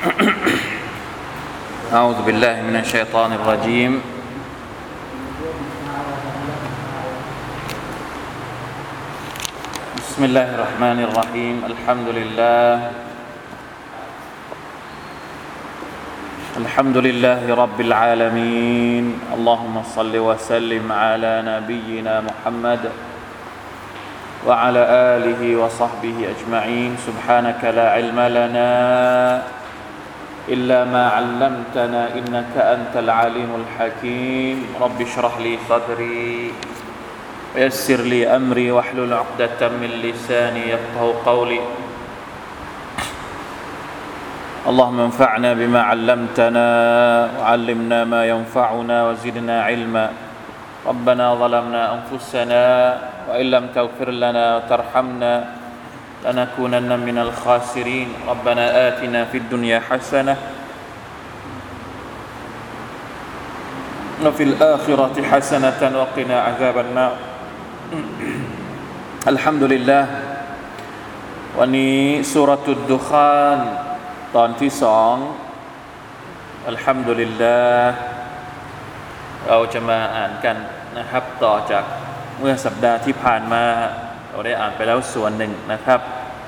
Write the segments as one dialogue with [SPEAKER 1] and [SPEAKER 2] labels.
[SPEAKER 1] أعوذ بالله من الشيطان الرجيم بسم الله الرحمن الرحيم الحمد لله رب العالمين اللهم صل وسلم على نبينا محمد وعلى آله وصحبه أجمعين سبحانك لا علم لنا إلا ما علمتنا إنك أنت العليم الحكيم رب اشرح لي صدري ويسر لي أمري واحلل عقدة من لساني يفقهوا قولي اللهم انفعنا بما علمتنا وعلمنا ما ينفعنا وزدنا علما ربنا ظلمنا أنفسنا وإن لم تغفر لنا وترحمنا لنكونن من الخاسرين ربنا آتنا في الدنيا حسنة وفي الآخرة حسنة وقنا عذاب النار الحمد لله วันนี้ซูเราะตุดดุคานตอนที่2อัลฮัมดุลิลลาห์เราจะมาอ่านกันนะครับต่อจากเมื่อสัปดาห์ที่ผ่านมาเราได้อ่านไปแล้วส่วนหนึ่งนะครับ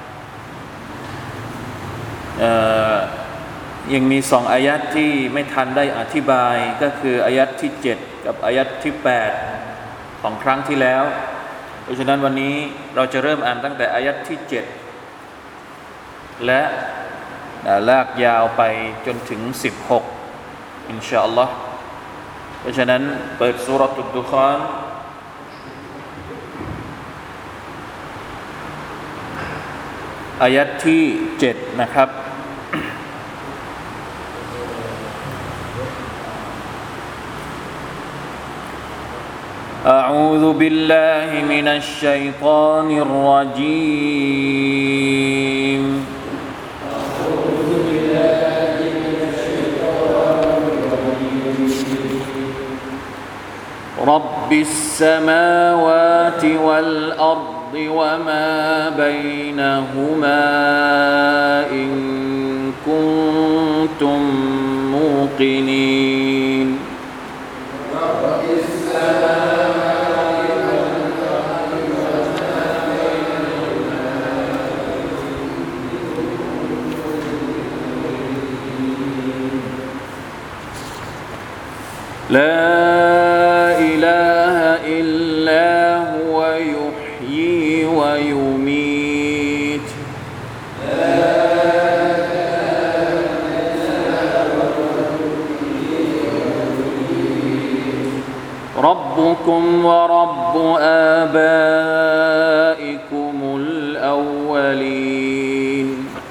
[SPEAKER 1] ยังมี2อายัดที่ไม่ทันได้อธิบายก็คืออายัดที่7กับอายัดที่8ของครั้งที่แล้วเพราะฉะนั้นวันนี้เราจะเริ่มอ่านตั้งแต่อายัดที่7และลากยาวไปจนถึง16อินชาอัลลอฮ์เพราะฉะนั้นเปิดซูเราะตุดดุคานอายัดที่7นะครับأعوذ بالله من الشيطان الرجيم رب السماوات والأرض وما بينهما إن كنتم موقنين لا إله إلا هو يحيي ويميت ربكم ورب آبائكم الأولين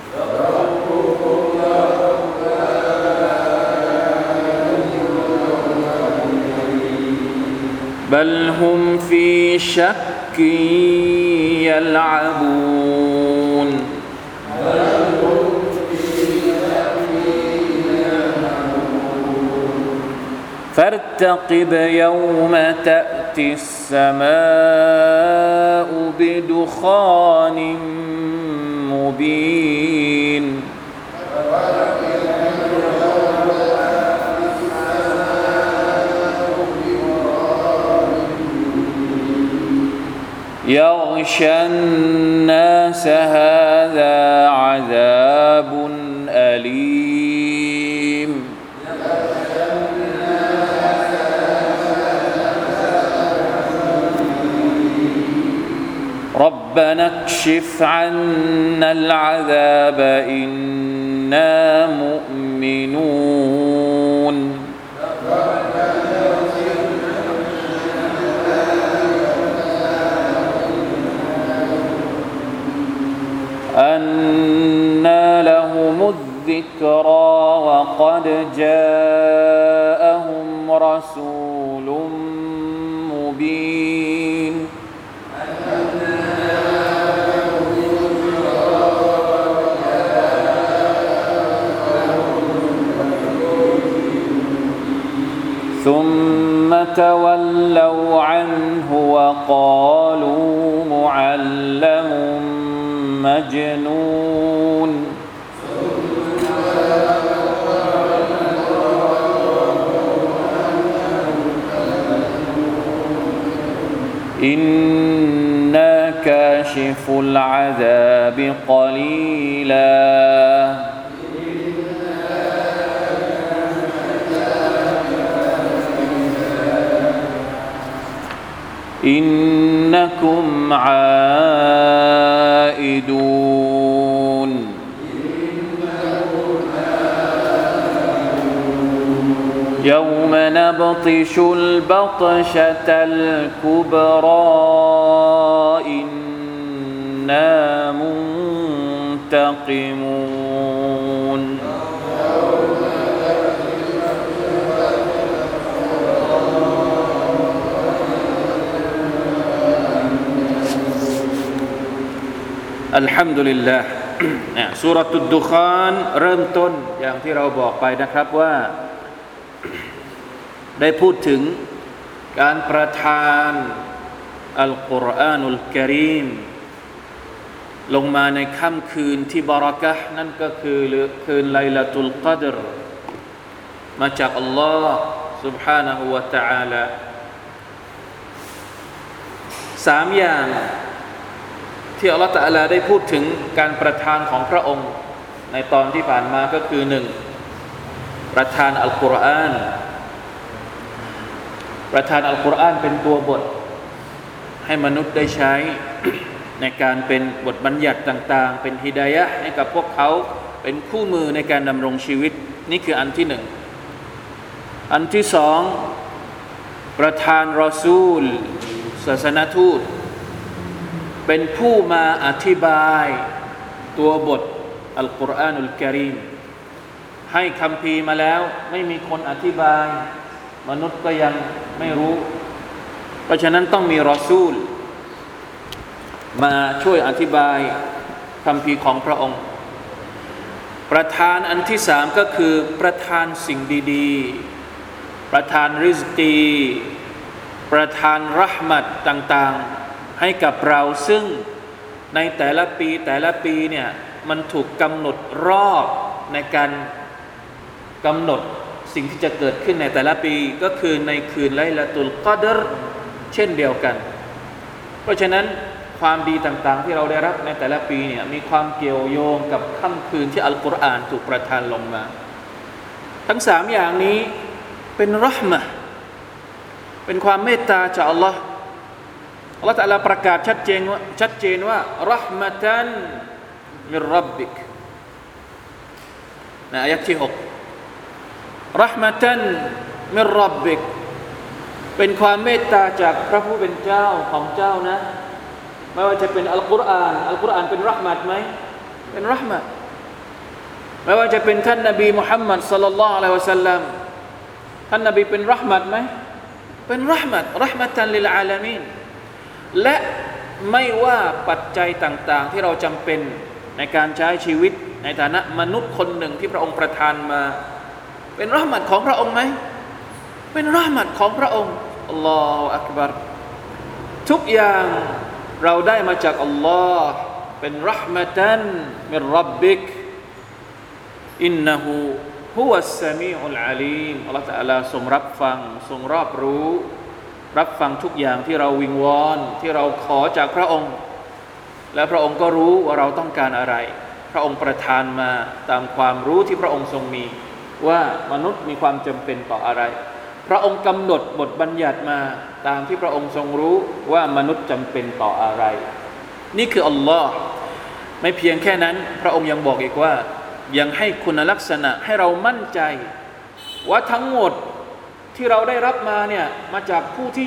[SPEAKER 1] بل هم في شك يلعبون فارتقب يوم تأتي السماء بدخان مبين يغشى الناس هذا عذاب أليم ربنا اكشف عنا العذاب إنا مؤمنون أنى لهم الذكرى وقد جاءهم رسول مبين ثم تولوا عنه وقالوا معلم مجنون إنا كاشف العذاب قليلا إنكم عائدون يوم نبطش البطشة الكبرى إنا منتقمون Alhamdulillah ซูเราะตุดดุคานเริ่มต้นอย่างที่เราบอกไปนะครับว่าได้พูดถึงการประทานอัลกุรอานุลกะรีมลงมาในค่ำคืนที่บารอกะห์นั่นก็คือคืนไลลาตุลกอดรมาจากอัลลอฮ์ سبحانه และ تعالى 3อย่างที่อัลลอฮฺตะอาลาได้พูดถึงการประทานของพระองค์ในตอนที่ผ่านมาก็คือ 1. ประทานอัลกุรอานประทานอัลกุรอานเป็นตัวบทให้มนุษย์ได้ใช้ ในการเป็นบทบัญญัติต่างๆเป็นฮิดายะห์ให้กับพวกเขาเป็นคู่มือในการดำรงชีวิตนี่คืออันที่ 1. อันที่ 2. ประทานรอซูลศาสนทูตเป็นผู้มาอธิบายตัวบทอัลกุรอานุลกะรีมให้คัมภีร์มาแล้วไม่มีคนอธิบายมนุษย์ก็ยังไม่รู้เพราะฉะนั้นต้องมีรอซูลมาช่วยอธิบายคัมภีร์ของพระองค์ประธานอันที่ 3ก็คือประทานสิ่งดีๆประทานริซกีประทานเราะห์มัตต่างๆให้กับเราซึ่งในแต่ละปีเนี่ยมันถูกกำหนดรอบในการกำหนดสิ่งที่จะเกิดขึ้นในแต่ละปีก็คือในคืนไลลาตุลกอดรเช่นเดียวกันเพราะฉะนั้นความดีต่างๆที่เราได้รับในแต่ละปีเนี่ยมีความเกี่ยวโยงกับค่ำคืนที่อัลกุรอานถูกประทานลงมาทั้ง3อย่างนี้เป็นเราะห์มะห์เป็นความเมตตาจากอัลลอฮ์อัลลอฮฺตะอาลาประกาศชัดเจนว่าเราะห์มะตันมินร็อบบิกในอายะห์ที่ 6เราะห์มะตันมินร็อบบิกเป็นความเมตตาจากพระผู้เป็นเจ้าของเจ้านะไม่ว่าจะเป็นอัลกุรอานเป็นเราะห์มะตไหมเป็นเราะห์มะตไม่ว่าจะเป็นท่านนบีมุฮัมมัดศ็อลลัลลอฮุอะลัยฮิวะซัลลัมท่านนบีเป็นเราะห์มะตไหมเป็นเราะห์มะตันลิลอาลามีนและไม่ว่าปัจจัยต่างๆที่เราจำเป็นในการใช้ชีวิตในฐานะมนุษย์คนหนึ่งที่พระองค์ประทานมาเป็นเราะห์มะตของพระองค์ไหมเป็นเราะห์มะตของพระองค์อัลลอฮฺอักบัรทุกอย่างเราได้มาจากอัลลอฮ์เป็นเราะห์มะตันมินร็อบบิกอินนะฮูฮุวัสซะมีอุลอะลีมอัลลอฮฺตะอาลาทรงรับฟังทรงรอบรู้รับฟังทุกอย่างที่เราวิงวอนที่เราขอจากพระองค์และพระองค์ก็รู้ว่าเราต้องการอะไรพระองค์ประทานมาตามความรู้ที่พระองค์ทรงมีว่ามนุษย์มีความจำเป็นต่ออะไรพระองค์กำหนดบทบัญญัติมาตามที่พระองค์ทรงรู้ว่ามนุษย์จำเป็นต่ออะไรนี่คืออัลลอฮ์ไม่เพียงแค่นั้นพระองค์ยังบอกอีกว่ายังให้คุณลักษณะให้เรามั่นใจว่าทั้งหมดที่เราได้รับมาเนี่ยมาจากผู้ที่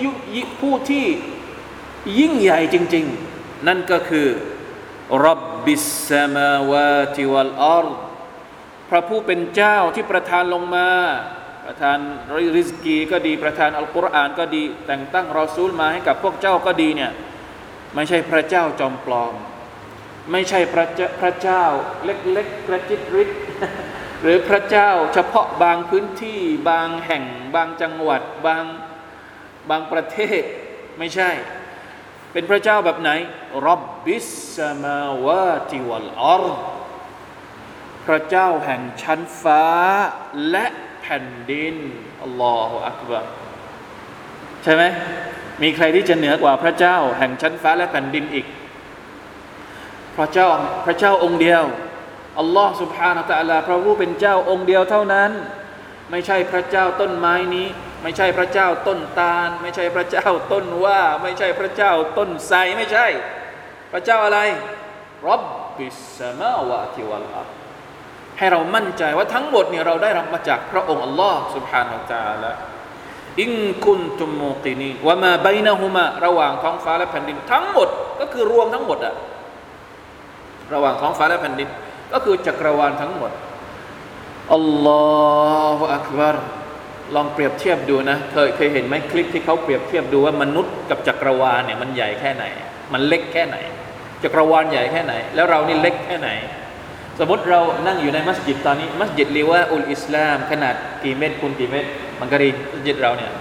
[SPEAKER 1] ยิ่งใหญ่จริงๆนั่นก็คือร็อบบิสสมาวาติวัลอัรฎพระผู้เป็นเจ้าที่ประทานลงมาประทานริซกีก็ดีประทานอัลกุรอานก็ดีแต่งตั้งรอซูลมาให้กับพวกเจ้าก็ดีเนี่ยไม่ใช่พระเจ้าจอมปลอมไม่ใช่พระเจ้าเล็กๆกระจิตริดหรือพระเจ้าเฉพาะบางพื้นที่บางแห่งบางจังหวัดบางประเทศไม่ใช่เป็นพระเจ้าแบบไหนร็อบบิสสมาวาติวัลอัรฎพระเจ้าแห่งชั้นฟ้าและแผ่นดินอัลลอฮฺอักบัรใช่ไหมมีใครที่จะเหนือกว่าพระเจ้าแห่งชั้นฟ้าและแผ่นดินอีกพระเจ้าองค์เดียวอัลลอฮฺ سبحانه และ تعالى พระผู้เป็นเจ้าองค์เดียวเท่านั้นไม่ใช่พระเจ้าต้นไม้นี้ไม่ใช่พระเจ้าต้นตาลไม่ใช่พระเจ้าต้นว่าไม่ใช่พระเจ้าต้นไทรไม่ใช่พระเจ้าอะไรร็อบบิสสมาวาติวัลอัรฎ์ให้เรามั่นใจว่าทั้งหมดเนี่ยเราได้รับมาจากพระองค์อัลลอฮ์ سبحانه และ تعالى อินกุนตุมมูกินีนวะมาบัยนะฮุมาระหว่างท้องฟ้าและแผ่นดินทั้งหมดก็คือรวมทั้งหมดอะระหว่างท้องฟ้าและแผ่นดินก็คือจักรวาลทั้งหมดอัลลอฮฺอักบัรลองเปรียบเทียบดูนะเคยเห็นไหมคลิปที่เขาเปรียบเทียบดูว่ามนุษย์กับจักรวาลเนี่ยมันใหญ่แค่ไหนมันเล็กแค่ไหนจักรวาลใหญ่แค่ไหนแล้วเรานี่เล็กแค่ไหนสมมติเรานั่งอยู่ในมัสยิดตอนนี้มัสยิดลิวาอุลอิสลามขนาดกี่เมตรคูณกี่เมตรมันก็ดีมัสยิดเราเนี่ย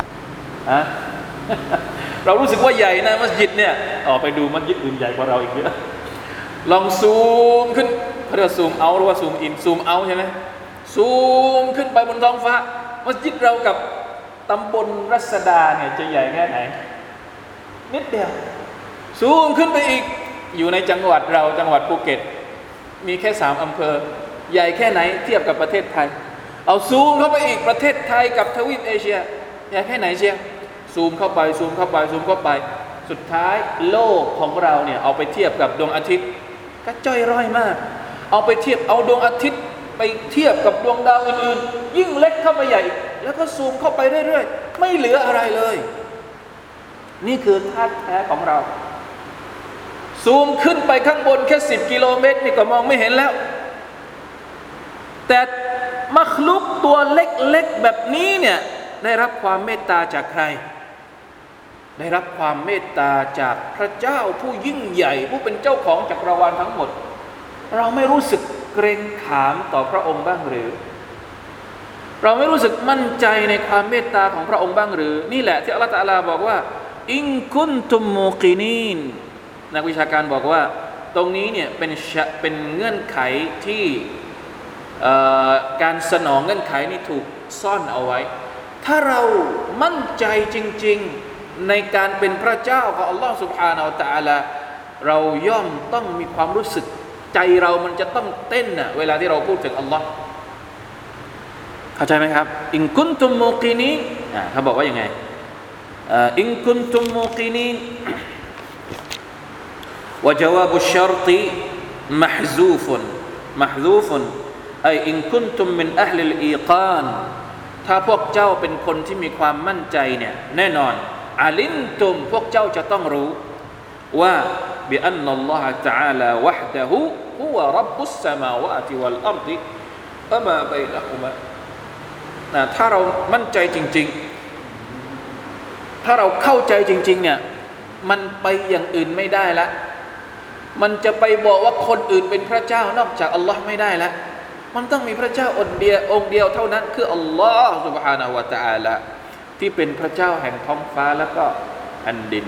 [SPEAKER 1] เรารู้สึกว่าใหญ่นะมัสยิดเนี่ยไปดูมัสยิดอื่นใหญ่กว่าเราอีกเยอะลองซูมขึ้นเขาเรียกซูมเอาหรือว่าซูมอินซูมเอาใช่ไหมซูมขึ้นไปบนท้องฟ้ามัสยิดเรากับตำบลรัศดาเนี่ยจะใหญ่แค่ไหนนิดเดียวซูมขึ้นไปอีกอยู่ในจังหวัดเราจังหวัดภูเก็ตมีแค่3อำเภอใหญ่แค่ไหนเทียบกับประเทศไทยเอาซูมเข้าไปอีกประเทศไทยกับทวีปเอเชียใหญ่แค่ไหนเชียซูมเข้าไปซูมเข้าไปซูมเข้าไปสุดท้ายโลกของเราเนี่ยเอาไปเทียบกับดวงอาทิตย์ก็จ้อยร่อยมากเอาไปเทียบเอาดวงอาทิตย์ไปเทียบกับดวงดาวอื่นๆยิ่งเล็กเข้าไปใหญ่แล้วก็ซูมเข้าไปเรื่อยๆไม่เหลืออะไรเลยนี่คือธาตุแท้ของเราซูมขึ้นไปข้างบนแค่10 กิโลเมตรนี่ก็มองไม่เห็นแล้วแต่มัคลุกตัวเล็กๆแบบนี้เนี่ยได้รับความเมตตาจากใครได้รับความเมตตาจากพระเจ้าผู้ยิ่งใหญ่ผู้เป็นเจ้าของจักรวาลทั้งหมดเราไม่รู้สึกเกรงขามต่อพระองค์บ้างหรือเราไม่รู้สึกมั่นใจในความเมตตาของพระองค์บ้างหรือนี่แหละที่อัลเลาะห์ตะอาลาบอกว่าอินกุนตุมมูกินีนนักวิชาการบอกว่าตรงนี้เนี่ยเป็นเงื่อนไขที่การสนองเงื่อนไขนี่ถูกซ่อนเอาไว้ถ้าเรามั่นใจจริงๆในการเป็นพระเจ้าของอัลลอฮฺ سبحانه และ تعالى เราย่อมต้องมีความรู้สึกใจเรามันจะต้องเต้นน่ะเวลาที่เราพูดถึงอัลลอฮ์เข้าใจไหมครับอินกุนตุมมูกินีนเขาบอกว่ายังไงอินกุนตุมมูกินีนوجواب الشرط محذوف أي إن كنتم من أهل الإيقان ถ้าพวกเจ้าเป็นคนที่มีความมั่นใจเนี่ยแน่นอนอาลิมตุมพวกเจ้าจะต้องรู้ว่าบิอันนัลลอฮะตะอาลาวะฮ์ดะฮูฮุวะร็อบบุสสมาวาติวัลอัรฎิวะมาบัยนะฮุมาถ้าเรามั่นใจจริงๆถ้าเราเข้าใจจริงๆเนี่ยมันไปอย่างอื่นไม่ได้ละมันจะไปบอกว่าคนอื่นเป็นพระเจ้านอกจากอัลลอฮ์ไม่ได้แล้วมันต้องมีพระเจ้าองค์เดียวเท่านั้นคืออัลลอฮ์ سبحانه และ تعالى ที่เป็นพระเจ้าแห่งท้องฟ้าแล้วก็แผ่นดิน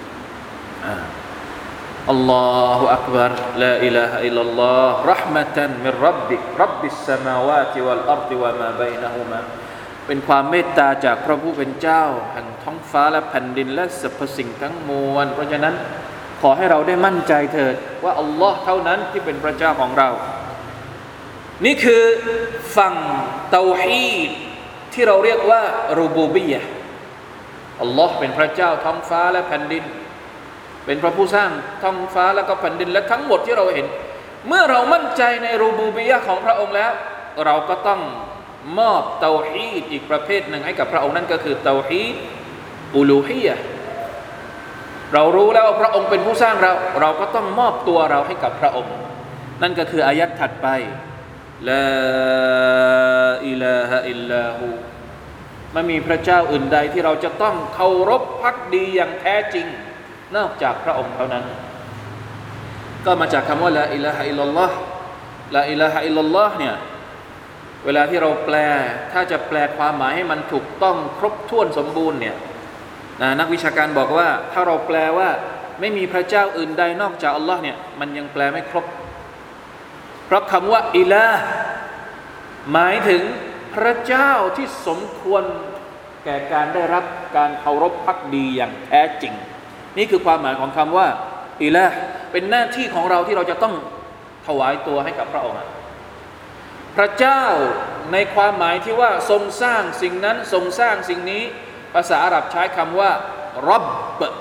[SPEAKER 1] อัลลอฮฺอักบัรลาอิลาฮะอิลลัลลอฮ์เราะห์มะตันมินร็อบบิกร็อบบิสสมาวาติวัลอัรฎิวะมาบัยนะฮุมาเป็นความเมตตาจากพระผู้เป็นเจ้าแห่งท้องฟ้าและแผ่นดินและสรรพสิ่งทั้งมวลเพราะฉะนั้นขอให้เราได้มั่นใจเถิดว่าอัลลอฮ์เท่านั้นที่เป็นพระเจ้าของเรานี่คือฝั่งเตาฮีดที่เราเรียกว่ารูบูบียะห์อัลลอฮ์เป็นพระเจ้าท้องฟ้าและแผ่นดินเป็นพระผู้สร้างท้องฟ้าและก็แผ่นดินและทั้งหมดที่เราเห็นเมื่อเรามั่นใจในรูบูบียะห์ของพระองค์แล้วเราก็ต้องมอบเตาฮีดอีกประเภทหนึ่งให้กับพระองค์นั่นก็คือเตาฮีดอูลูฮียะห์เรารู้แล้วว่าพระองค์เป็นผู้สร้างเราก็ต้องมอบตัวเราให้กับพระองค์นั่นก็คืออายัดถัดไปลาอิลาฮะอิลลาฮูไม่มีพระเจ้าอื่นใดที่เราจะต้องเคารพภักดีอย่างแท้จริงนอกจากพระองค์เท่านั้นก็มาจากคำว่าลาอิลาฮะอิลลัลลอฮ์ลาอิลาฮะอิลลัลลอฮ์เนี่ยเวลาที่เราแปลถ้าจะแปลความหมายให้มันถูกต้องครบถ้วนสมบูรณ์เนี่ยนักวิชาการบอกว่าถ้าเราแปลว่าไม่มีพระเจ้าอื่นใดนอกจากอัลลอฮ์เนี่ยมันยังแปลไม่ครบเพราะคำว่าอิลาห์หมายถึงพระเจ้าที่สมควรแก่การได้รับการเคารพภักดีอย่างแท้จริงนี่คือความหมายของคำว่าอิลาห์เป็นหน้าที่ของเราที่เราจะต้องถวายตัวให้กับพระองค์พระเจ้าในความหมายที่ว่าทรงสร้างสิ่งนั้นทรงสร้างสิ่งนี้ภาษาอาหรับใช้คำว่าร็อบ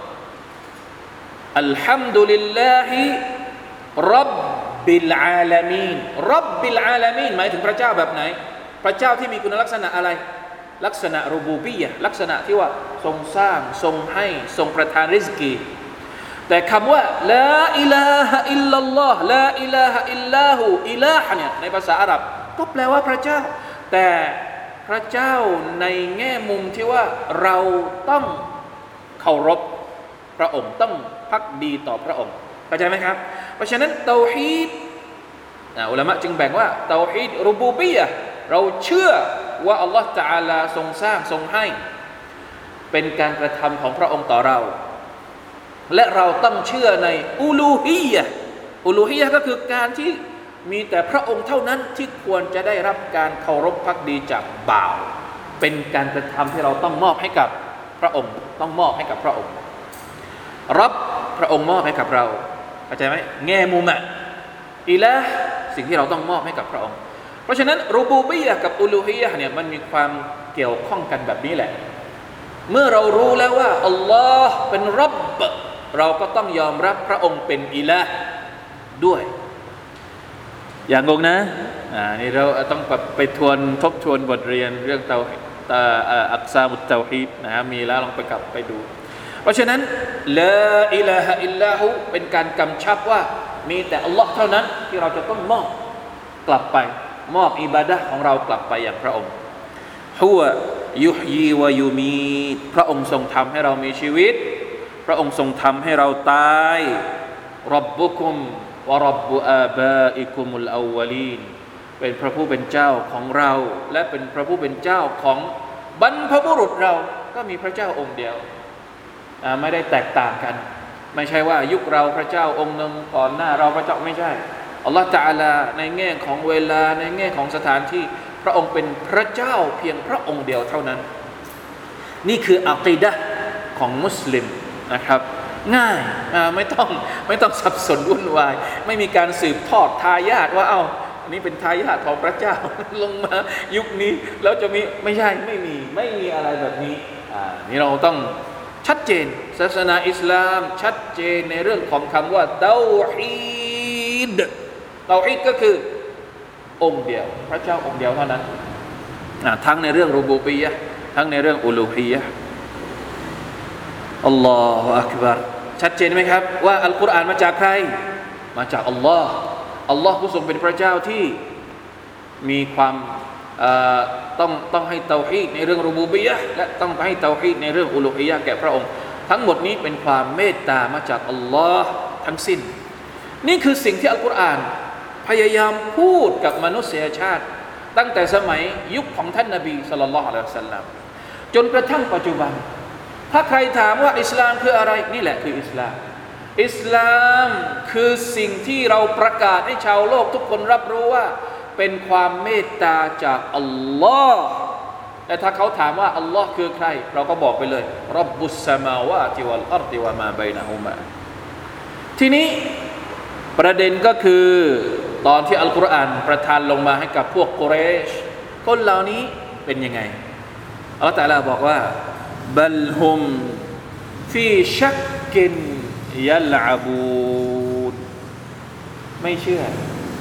[SPEAKER 1] อัลฮัมดุลิลลาฮิร็อบบิลอาลามีนร็อบบิลอาลามีนหมายถึงพระเจ้าแบบไหนพระเจ้าที่มีคุณลักษณะอะไรลักษณะรูบูบียะห์ลักษณะที่ว่าทรงสร้างทรงให้ทรงประทานริสกีแต่คำว่าลาอิลาฮะอิลลัลลอฮ์ลาอิลาฮะอิลลาหูอิลาฮ์เนี่ยในภาษาอาหรับก็แปลว่าพระเจ้าแต่พระเจ้าในแง่มุมที่ว่าเราต้องเคารพพระองค์ต้องภักดีต่อพระองค์เข้าใจไหมครับเพราะฉะนั้นเตาฮีดอุลามะจึงแบ่งว่าเตาฮีดรูบูบียะห์เราเชื่อว่าอัลลอฮฺตะอาลาทรงสร้างทรงให้เป็นการกระทำของพระองค์ต่อเราและเราต้องเชื่อในอูลูฮียะห์อูลูฮียะห์ก็คือการที่มีแต่พระองค์เท่านั้นที่ควรจะได้รับการเคารพภักดีจากบ่าวเป็นการกระทำที่เราต้องมอบให้กับพระองค์ต้องมอบให้กับพระองค์รับพระองค์มอบให้กับเราเข้าใจไหมแง่มุมอะอิละห์สิ่งที่เราต้องมอบให้กับพระองค์เพราะฉะนั้นรูบูบียะห์กับอูลูฮียะห์เนี่ยมันมีความเกี่ยวข้องกันแบบนี้แหละเมื่อเรารู้แล้วว่าอัลลอฮ์เป็นรับเราก็ต้องยอมรับพระองค์เป็นอิละห์ด้วยอย่างงงนะนี่เราต้องไปทบทวนบทเรียนเรื่องอักษามุตเตาฮีดนะมีแล้วลองไปกลับไปดูเพราะฉะนั้นลาอิลาฮะอิลลาหูเป็นการกำชับว่ามีแต่อัลลอฮ์เท่านั้นที่เราจะต้องมอบกลับไปมอบอิบาดะห์ของเรากลับไปอย่างพระองค์ฮุวะยุฮยีวะยูมีตพระองค์ทรงทำให้เรามีชีวิตพระองค์ทรงทำให้เราตายร็อบบุคุมวะร็อบบุอาบาอิกุมุลอาวลีนเป็นพระผู้เป็นเจ้าของเราและเป็นพระผู้เป็นเจ้าของบรรพบุรุษเราก็มีพระเจ้าองค์เดียวไม่ได้แตกต่างกันไม่ใช่ว่ายุคเราพระเจ้าองค์หนึ่งก่อนหน้าเราพระเจ้าไม่ใช่อัลลอฮฺตะอาลาในแง่ของเวลาในแง่ของสถานที่พระองค์เป็นพระเจ้าเพียงพระองค์เดียวเท่านั้นนี่คืออะกีดะห์ของมุสลิมนะครับง่ายไม่ต้องสับสนวุ่นวายไม่มีการสืบทอดทายาทว่าอันนี้เป็นทายาทของพระเจ้าลงมายุคนี้แล้วจะมีไม่ใช่ไม่มีอะไรแบบนี้นี่เราต้องชัดเจนศาสนาอิสลามชัดเจนในเรื่องของคำว่าเตาฮีดก็คือองค์เดียวพระเจ้าองค์เดียวเท่านั้นทั้งในเรื่องรูบูบียะห์ทั้งในเรื่องอูลูฮียะห์อัลลอฮฺอักบัรชัดเจนไหมครับว่าอัลกุรอานมาจากใครมาจากอัลลอฮ์ผู้ทรงเป็นพระเจ้าที่มีความต้องให้เตาฮีดในเรื่องรูบูบียะห์และต้องให้เตาฮีดในเรื่องอูลูฮียะห์แก่พระองค์ทั้งหมดนี้เป็นความเมตตามาจากอัลลอฮ์ทั้งสิ้นนี่คือสิ่งที่อัลกุรอานพยายามพูดกับมนุษยชาติตั้งแต่สมัยยุคของท่านนบีศ็อลลัลลอฮุอะลัยฮิวะซัลลัมจนกระทั่งปัจจุบันถ้าใครถามว่าอิสลามคืออะไรนี่แหละคืออิสลามคือสิ่งที่เราประกาศให้ชาวโลกทุกคนรับรู้ว่าเป็นความเมตตาจากอัลลอฮ์แต่ถ้าเขาถามว่าอัลลอฮ์คือใครเราก็บอกไปเลยร็อบบุสสมาวาติวัลอัรฎิวะมาบัยนะฮุมาทีนี้ประเด็นก็คือตอนที่อัลกุรอานประทานลงมาให้กับพวกกุเรชคนเหล่านี้เป็นยังไงอัลเลาะห์ตะอาลาบอกว่าบัลฮุมฟีชักกินยัลอะบูนไม่เชื่อ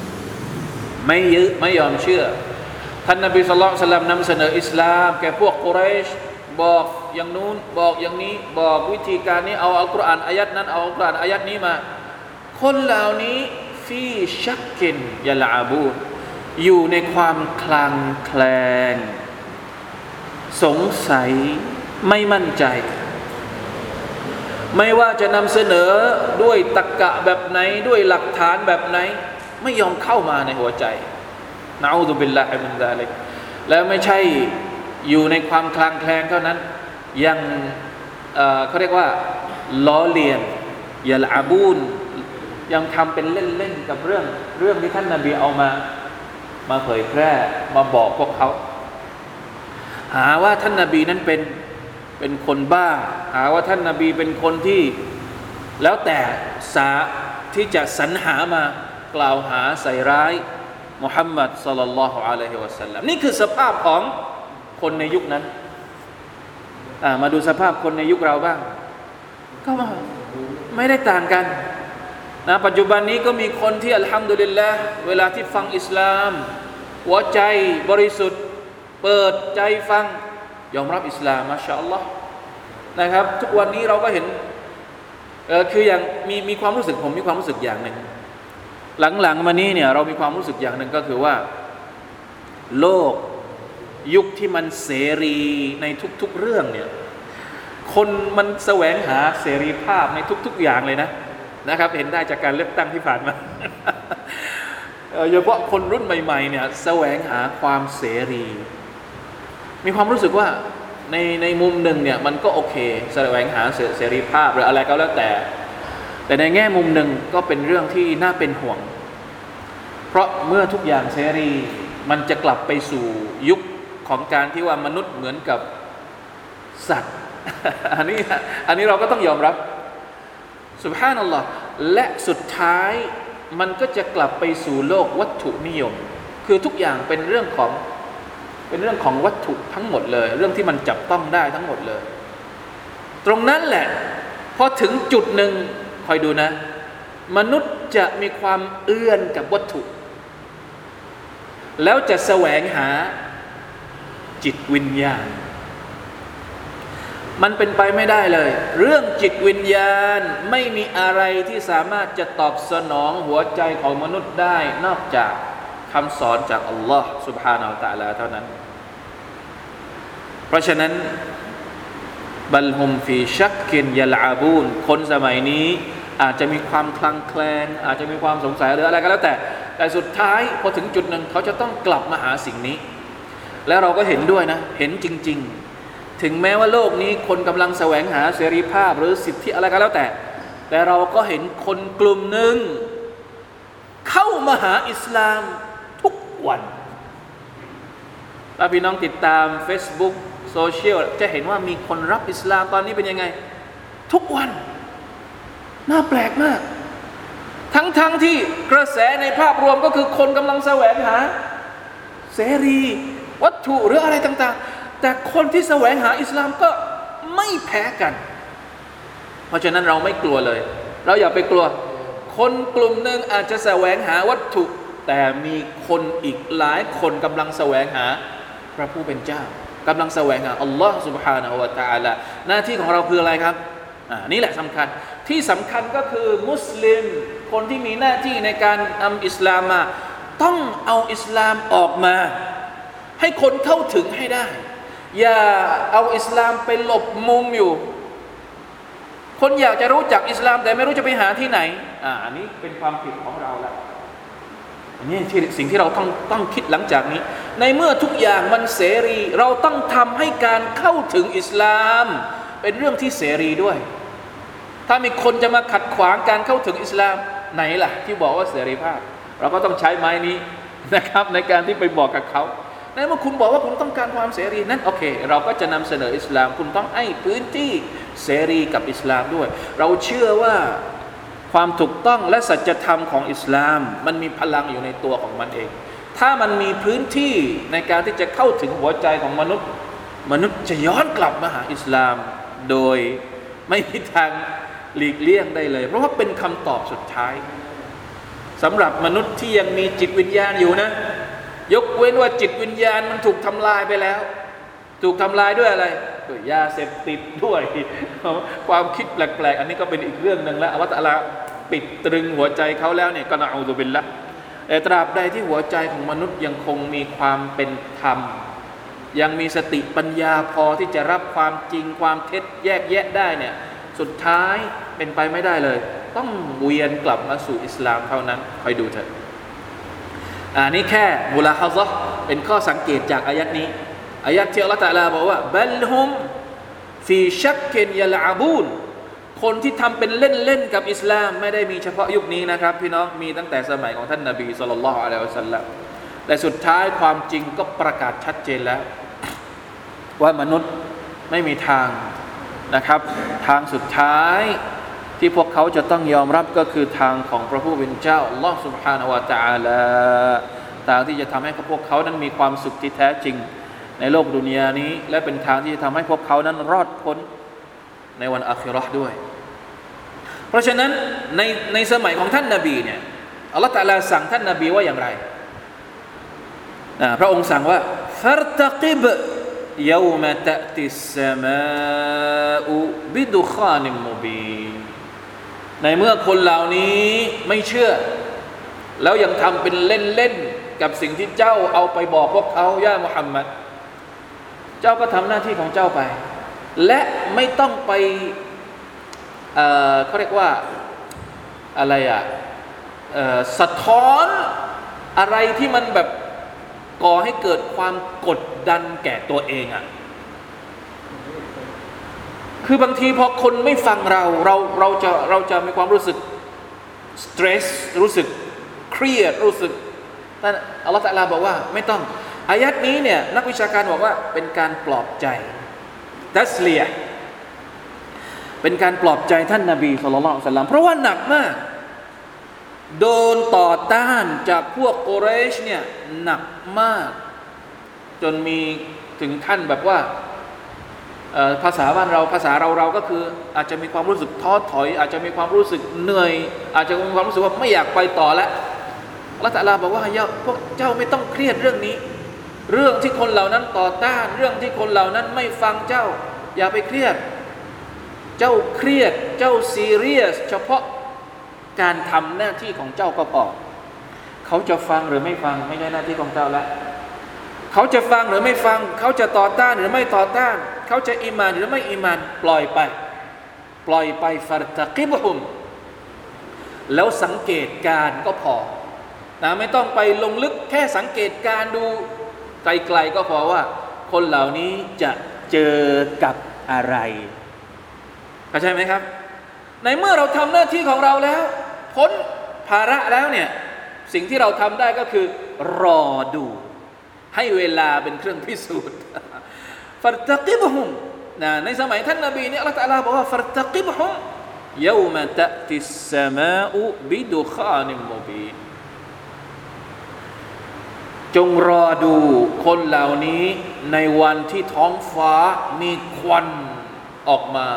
[SPEAKER 1] ไม่ยอมเชื่อท่านนบีศ็อลลัลลอฮุอะลัยฮิวะซัลลัมนำเสนออิสลามแก่พวกกุเรชบอกอย่างนู้นบอกอย่างนี้บอกวิธีการนี้เอาอัลกุรอานอายัดนั้นเอาอัลกุรอานอายัดนี้มาคนเหล่านี้ฟีชักกินยัลอะบูนอยู่ในความคลางแคลงสงสัยไม่มั่นใจไม่ว่าจะนำเสนอด้วยตรรกะแบบไหนด้วยหลักฐานแบบไหนไม่ยอมเข้ามาในหัวใจนะอูซุบิลลาฮิมินซาลิกแล้วไม่ใช่อยู่ในความคลางแคลงเท่านั้นยังเขาเรียกว่าล้อเลียนยัลอะบูนยังทำเป็นเล่นๆกับเรื่องที่ท่านนบีเอามาเผยแพร่มาบอกพวกเขาหาว่าท่านนบีนั้นเป็นคนบ้าหาว่าท่านนบีเป็นคนที่แล้วแต่ที่จะสรรหามากล่าวหาใส่ร้ายมุฮัมมัดศ็อลลัลลอฮุอะลัยฮิวะซัลลัมนี่คือสภาพของคนในยุคนั้นมาดูสภาพคนในยุคเราบ้างก็ไม่ได้ต่างกันนะปัจจุบันนี้ก็มีคนที่อัลฮัมดุลิลละห์เวลาที่ฟังอิสลามหัวใจบริสุทธิ์เปิดใจฟังยอมรับอิสลามมาชาอัลลอฮ์นะครับทุกวันนี้เราก็เห็นคืออย่างมีความรู้สึกผมมีความรู้สึกอย่างหนึ่งหลังๆมานี้เนี่ยเรามีความรู้สึกอย่างหนึ่งก็คือว่าโลกยุคที่มันเสรีในทุกๆเรื่องเนี่ยคนมันแสวงหาเสรีภาพในทุกๆอย่างเลยนะครับเห็นได้จากการเลือกตั้งที่ผ่านมาโดยเฉพาะคนรุ่นใหม่ๆเนี่ยแสวงหาความเสรีมีความรู้สึกว่าในมุมหนึ่งเนี่ยมันก็โอเคแสวงหาเสรีภาพหรืออะไรก็แล้วแต่ในแง่มุมหนึ่งก็เป็นเรื่องที่น่าเป็นห่วงเพราะเมื่อทุกอย่างเสรีมันจะกลับไปสู่ยุคของการที่ว่ามนุษย์เหมือนกับสัตว์ อันนี้เราก็ต้องยอมรับซุบฮานัลลอฮ์และสุดท้ายมันก็จะกลับไปสู่โลกวัตถุนิยมคือทุกอย่างเป็นเรื่องของวัตถุทั้งหมดเลยเรื่องที่มันจับต้องได้ทั้งหมดเลยตรงนั้นแหละพอถึงจุดหนึ่งคอยดูนะมนุษย์จะมีความเอื้อนกับวัตถุแล้วจะแสวงหาจิตวิญญาณมันเป็นไปไม่ได้เลยเรื่องจิตวิญญาณไม่มีอะไรที่สามารถจะตอบสนองหัวใจของมนุษย์ได้นอกจากคำสอนจากอัลลอฮ์ سبحانه และ تعالى เท่านั้นเพราะฉะนั้นบัลฮุมฟีชักกินยะลาบูนคนสมัยนี้อาจจะมีความคลางแคลงอาจจะมีความสงสัยหรืออะไรก็แล้วแต่สุดท้ายพอถึงจุดหนึ่งเขาจะต้องกลับมาหาสิ่งนี้แล้วเราก็เห็นด้วยนะเห็นจริงๆถึงแม้ว่าโลกนี้คนกำลังแสวงหาเสรีภาพหรือสิทธิอะไรก็แล้วแต่เราก็เห็นคนกลุ่มหนึ่งเข้ามาหาอิสลามทุกวันถ้าพี่น้องติดตาม Facebook โซเชียลจะเห็นว่ามีคนรับอิสลามตอนนี้เป็นยังไงทุกวันน่าแปลกมากทั้งที่กระแสในภาพรวมก็คือคนกำลังแสวงหาเสรีวัตถุหรืออะไรต่างๆแต่คนที่แสวงหาอิสลามก็ไม่แพ้กันเพราะฉะนั้นเราไม่กลัวเลยเราอย่าไปกลัวคนกลุ่มหนึ่งอาจจะแสวงหาวัตถุแต่มีคนอีกหลายคนกำลังแสวงหาพระผู้เป็นเจ้ากำลังแสวงหาอัลลอฮฺ سبحانه และ تعالى หน้าที่ของเราคืออะไรครับนี่แหละสำคัญที่สำคัญก็คือมุสลิมคนที่มีหน้าที่ในการนำอิสลามมาต้องเอาอิสลามออกมาให้คนเข้าถึงให้ได้อย่าเอาอิสลามไปหลบมุมอยู่คนอยากจะรู้จักอิสลามแต่ไม่รู้จะไปหาที่ไหนอันนี้เป็นความผิดของเราแล้วนี่สิ่งที่เราต้องคิดหลังจากนี้ในเมื่อทุกอย่างมันเสรีเราต้องทำให้การเข้าถึงอิสลามเป็นเรื่องที่เสรีด้วยถ้ามีคนจะมาขัดขวางการเข้าถึงอิสลามไหนล่ะที่บอกว่าเสรีภาพเราก็ต้องใช้ไม้นี้นะครับในการที่ไปบอกกับเขาในเมื่อคุณบอกว่าคุณต้องการความเสรีนั้นโอเคเราก็จะนำเสนออิสลามคุณต้องให้พื้นที่เสรีกับอิสลามด้วยเราเชื่อว่าความถูกต้องและสัจธรรมของอิสลามมันมีพลังอยู่ในตัวของมันเองถ้ามันมีพื้นที่ในการที่จะเข้าถึงหัวใจของมนุษย์จะย้อนกลับมาหาอิสลามโดยไม่มีทางหลีกเลี่ยงได้เลยเพราะว่าเป็นคำตอบสุดท้ายสำหรับมนุษย์ที่ยังมีจิตวิญญาณอยู่นะยกเว้นว่าจิตวิญญาณมันถูกทำลายไปแล้วถูกทำลายด้วยอะไรด้วยยาเสพติดด้วยความคิดแปลกๆอันนี้ก็เป็นอีกเรื่องนึงแล้วอัลเลาะห์ตะอาลาปิดตรึงหัวใจเขาแล้วเนี่ยก็นะอูซุบิลละห์แต่ตราบใดที่หัวใจของมนุษย์ยังคงมีความเป็นธรรมยังมีสติปัญญาพอที่จะรับความจริงความเท็จแยกแยะได้เนี่ยสุดท้ายเป็นไปไม่ได้เลยต้องเวียนกลับมาสู่อิสลามเท่านั้นคอยดูเถอะนี่แค่มุลาฮะซะห์เป็นข้อสังเกตจากอายัดนี้อายัดที่อัลเลาะห์ตะอาลาบอกว่าบัลฮุมฟีชักกินยะลาบูนคนที่ทำเป็นเล่นๆกับอิสลามไม่ได้มีเฉพาะยุคนี้นะครับพี่น้องมีตั้งแต่สมัยของท่านนบีศ็อลลัลลอฮุอะลัยฮิวะซัลลัมแต่สุดท้ายความจริงก็ประกาศชัดเจนแล้วว่ามนุษย์ไม่มีทางนะครับทางสุดท้ายที่พวกเขาจะต้องยอมรับก็คือทางของพระผู้เป็นเจ้าอัลลอฮฺ سبحانه และ تعالى ทางที่จะทำให้พวกเขานั้นมีความสุขที่แท้จริงในโลกดุนยานี้และเป็นทางที่จะทำให้พวกเขานั้นรอดพ้นในวันอาคิเราะห์ด้วยเพราะฉะนั้นในสมัยของท่านนบีเนี่ยอัลลอฮฺตะอาลาสั่งท่านนบีว่าอย่างไรพระองค์สั่งว่าฟัรตะกิบيوم تأتي السماء بدخان مبين ในเมื่อคนเหล่านี้ไม่เชื่อแล้วยังทำเป็นเล่นๆกับสิ่งที่เจ้าเอาไปบอกพวกเขาย่ามุฮัมมัดเจ้าก็ทำหน้าที่ของเจ้าไปและไม่ต้องไปเขาเรียกว่าอะไรสะท้อนอะไรที่มันแบบก่อให้เกิดความกดดันแก่ตัวเองคือบางทีพอคนไม่ฟังเราจะมีความรู้สึกสเตรสรู้สึกเครียดรู้สึกนั่นอัลลอฮฺตะอาลาบอกว่าไม่ต้องอายัดนี้เนี่ยนักวิชาการบอกว่าเป็นการปลอบใจตัสลียะห์เป็นการปลอบใจท่านนบีศ็อลลัลลอฮุอะลัยฮิวะซัลลัมเพราะว่าหนักมากโดนต่อต้านจากพวกกุเรชเนี่ยหนักมากจนมีถึงขั้นแบบว่าภาษาบ้านเราภาษาเราก็คืออาจจะมีความรู้สึกท้อถอยอาจจะมีความรู้สึกเหนื่อยอาจจะมีความรู้สึกว่าไม่อยากไปต่อแล้วอัลเลาะห์ตะอาลาบอกว่าพวกเจ้าไม่ต้องเครียดเรื่องนี้เรื่องที่คนเหล่านั้นต่อต้านเรื่องที่คนเหล่านั้นไม่ฟังเจ้าอย่าไปเครียดเจ้าเครียดเจ้าซีเรียสเฉพาะการทำหน้าที่ของเจ้าก็พอเขาจะฟังหรือไม่ฟังไม่ใช่หน้าที่ของเจ้าแล้วเขาจะฟังหรือไม่ฟังเขาจะต่อต้านหรือไม่ต่อต้านเขาจะอีมานหรือไม่อีมานปล่อยไปฟัรตะกิบฮุมแล้วสังเกตการก็พอนะไม่ต้องไปลงลึกแค่สังเกตการดูไกลๆก็พอว่าคนเหล่านี้จะเจอกับอะไรเข้าใจไหมครับในเมื่อเราทำหน้าที่ของเราแล้วพ้นภาระแล้วเนี่ยสิ่งที่เราทำได้ก็คือรอดูให้เวลาเป็นเครื่องพิสูจน์ฟัรตะกิบฮุมในสมัยท่านนบีเนี่ยอัลเลาะห์ตะอาลาบอกว่าฟัรตะกิบฮุมยอมะตะติสสมาอุบิดุคานิมมุบีนจงรอดูคนเหล่านี้ในวันที่ท้องฟ้ามีควันออกมา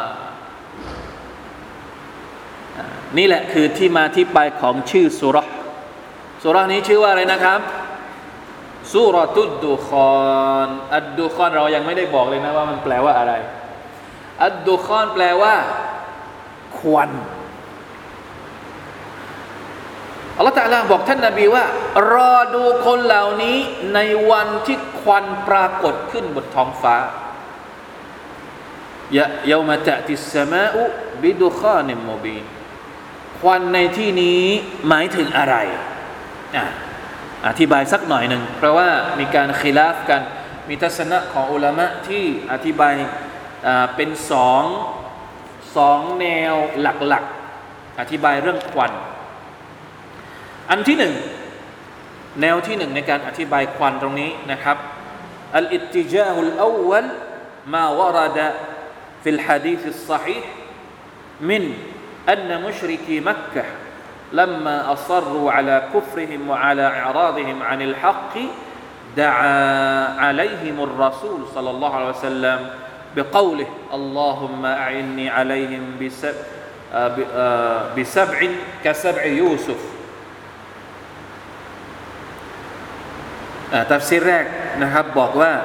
[SPEAKER 1] นี่แหละคือที่มาที่ไปของชื่อซูเราะห์นี้ชื่อว่าอะไรนะครับซูเราะตุดดุคอนอัดดุคอนเรายังไม่ได้บอกเลยนะว่ามันแปลว่าอะไรอัดดุคอนแปลว่าควันอัลเลาะห์ตะอาลาบอกท่านนบีว่ารอดูคนเหล่านี้ในวันที่ควันปรากฏขึ้นบนท้องฟ้ายะมะตะติสสมาอุบิดุคานิมมุบีนควันในที่นี้หมายถึงอะไรอธิบายสักหน่อยหนึ่งเพราะว่ามีการคิลาฟกันมีทัศนะของอุลามะที่อธิบายเป็นสองแนวหลักๆอธิบายเรื่องควันอันที่หนึ่งแนวที่หนึ่งในการอธิบายควันตรงนี้นะครับอัลอิตติจาฮุลอวัลมาวะรดะฟิลหะดีษอัศศอฮีห์มินอันมุชริกีมักกะห์لما أصروا على كفرهم وعلى إعراضهم عن الحق دعا عليهم الرسول صلى الله عليه وسلم بقوله اللهم أعني عليهم بسبع كسبع يوسف تفسير แรกนะครับบอกว่า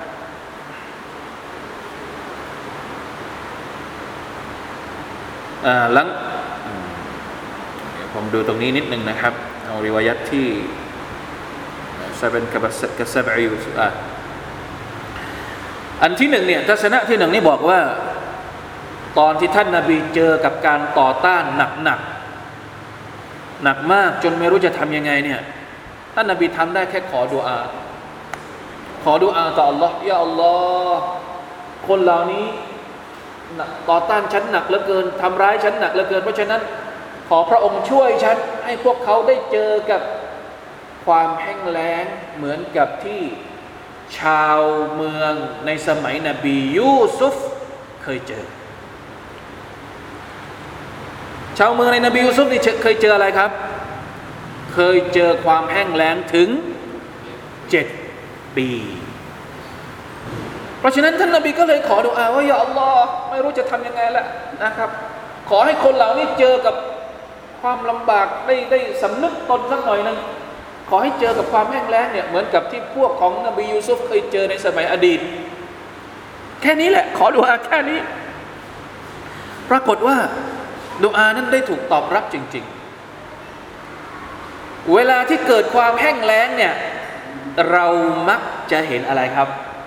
[SPEAKER 1] หลังผมดูตรงนี้นิดนึงนะครับเอาริวายัตที่ซะเป็นกะซับอิยูซุฟอันที่หนึ่งเนี่ยทัศนะที่หนึ่งนี่บอกว่าตอนที่ท่านนบีเจอกับการต่อต้านหนักมากจนไม่รู้จะทำยังไงเนี่ยท่านนบีทำได้แค่ขอดุอาต่ออัลลอฮ์ยาอัลลอฮ์คนเหล่านี้ต่อต้านฉันหนักเหลือเกินทำร้ายฉันหนักเหลือเกินเพราะฉะนั้นขอพระองค์ช่วยฉันให้พวกเขาได้เจอกับความแห้งแล้งเหมือนกับที่ชาวเมืองในสมัยนบียูซุฟเคยเจอชาวเมืองในนบียูซุฟนี่เคยเจออะไรครับเคยเจอความแห้งแล้งถึง7 ปีเพราะฉะนั้นท่านนบีก็เลยขอดุอาว่าอย่าอัลลอฮ์ไม่รู้จะทำยังไงละนะครับขอให้คนเหล่านี้เจอกับความลำบากได้สำนึกตนสักหน่อยนึงขอให้เจอกับความแห้งแล้งเนี่ยเหมือนกับที่พวกของนบียูซุฟเคยเจอในสมัยอดีตแค่นี้แหละขอดุอาแค่นี้ปรากฏว่าดุอานั้นได้ถูกตอบรับจริงๆเวลาที่เกิดความแห้งแล้งเนี่ยเรามักจะเห็นอะไรครับ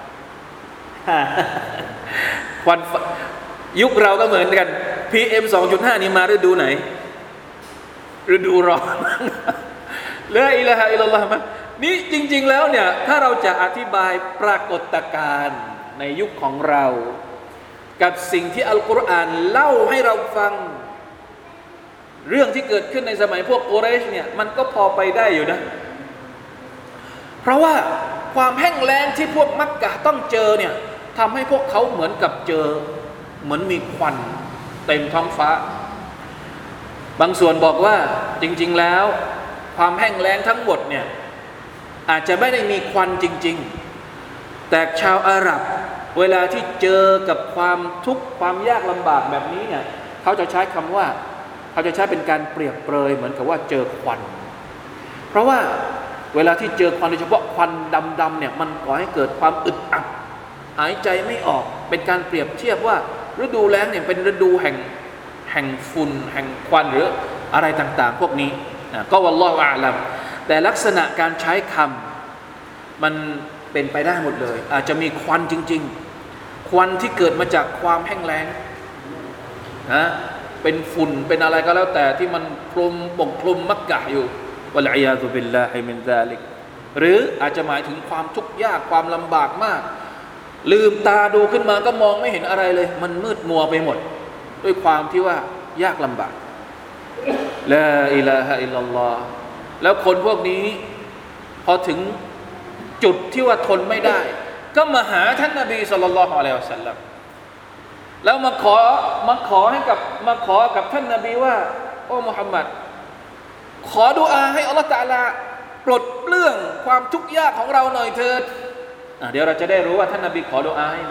[SPEAKER 1] ควันยุคเราก็เหมือนกัน PM 2.5 นี่มาฤดูไหนฤดูร้อนละอิลาฮะอิลลัลลอฮ์มั้ยนี่จริงๆแล้วเนี่ยถ้าเราจะอธิบายปรากฏการณ์ในยุคของเรากับสิ่งที่อัลกุรอานเล่าให้เราฟังเรื่องที่เกิดขึ้นในสมัยพวกกุเรชเนี่ยมันก็พอไปได้อยู่นะเพราะว่าความแห้งแล้งที่พวกมักกะฮ์ต้องเจอเนี่ยทำให้พวกเขาเหมือนกับเจอเหมือนมีควันเต็มท้องฟ้าบางส่วนบอกว่าจริงๆแล้วความแห้งแล้งทั้งหมดเนี่ยอาจจะไม่ได้มีควันจริงๆแต่ชาวอาหรับเวลาที่เจอกับความทุกข์ความยากลำบากแบบนี้เนี่ยเขาจะใช้คำว่าเขาจะใช้เป็นการเปรียบเปรยเหมือนกับว่าเจอควันเพราะว่าเวลาที่เจอควันโดยเฉพาะควันดำๆเนี่ยมันก่อให้เกิดความอึดอัดหายใจไม่ออกเป็นการเปรียบเทียบว่าฤดูแล้งเนี่ยเป็นฤดูแห่งฝุ่นแห่งควันหรืออะไรต่างๆพวกนี้ก็วัลลอฮุอาลัมแต่ลักษณะการใช้คำมันเป็นไปได้หมดเลยอาจจะมีควันจริงๆควันที่เกิดมาจากความแห้งแล้งนะเป็นฝุ่นเป็นอะไรก็แล้วแต่ที่มันคลุมปกคลุมมักกะฮ์อยู่วะลัยยาซุบิลลาฮิมินซาลิกหรืออาจจะหมายถึงความทุกข์ยากความลำบากมากลืมตาดูขึ้นมาก็มองไม่เห็นอะไรเลยมันมืดมัวไปหมดด้วยความที่ว่ายากลำบากลาอิลาฮะอิลลัลลอฮ์แล้วคนพวกนี้พอถึงจุดที่ว่าทนไม่ได้ก็มาหาท่านนบีศ็อลลัลลอฮุอะลัยฮิวะซัลลัมแล้วมาขอกับท่านนบีว่าโอ้มุฮัมมัดขอดุอาให้อัลเลาะห์ตะอาลาปลดเปลื้องความทุกข์ยากของเราหน่อยเถิดเดี๋ยวเราจะได้รู้ว่าท่านนบีขอดุอาให้ไหม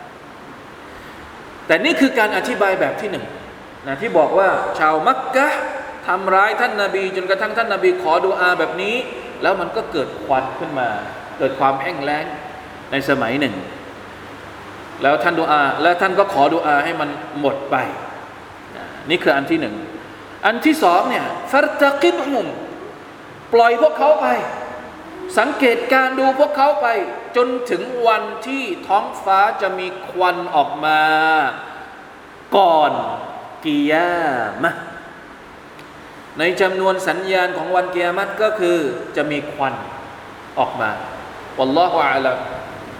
[SPEAKER 1] แต่นี่คือการอธิบายแบบที่หนึ่งนะที่บอกว่าชาวมักกะฮ์ทำร้ายท่านนบีจนกระทั่งท่านนบีขอดุอาแบบนี้แล้วมันก็เกิดควันขึ้นมาเกิดความแห้งแล้งในสมัยหนึ่งแล้วท่านดุอาแล้วท่านก็ขอดุอาให้มันหมดไปนี่คืออันที่หนึ่งอันที่สองเนี่ยฟัรตะกิบฮุมปล่อยพวกเขาไปสังเกตการดูพวกเขาไปจนถึงวันที่ท้องฟ้าจะมีควันออกมาก่อนกิยามะห์ในจำนวนสัญญาณของวันกิยามะห์ก็คือจะมีควันออกมาวัลลอฮุอาลัม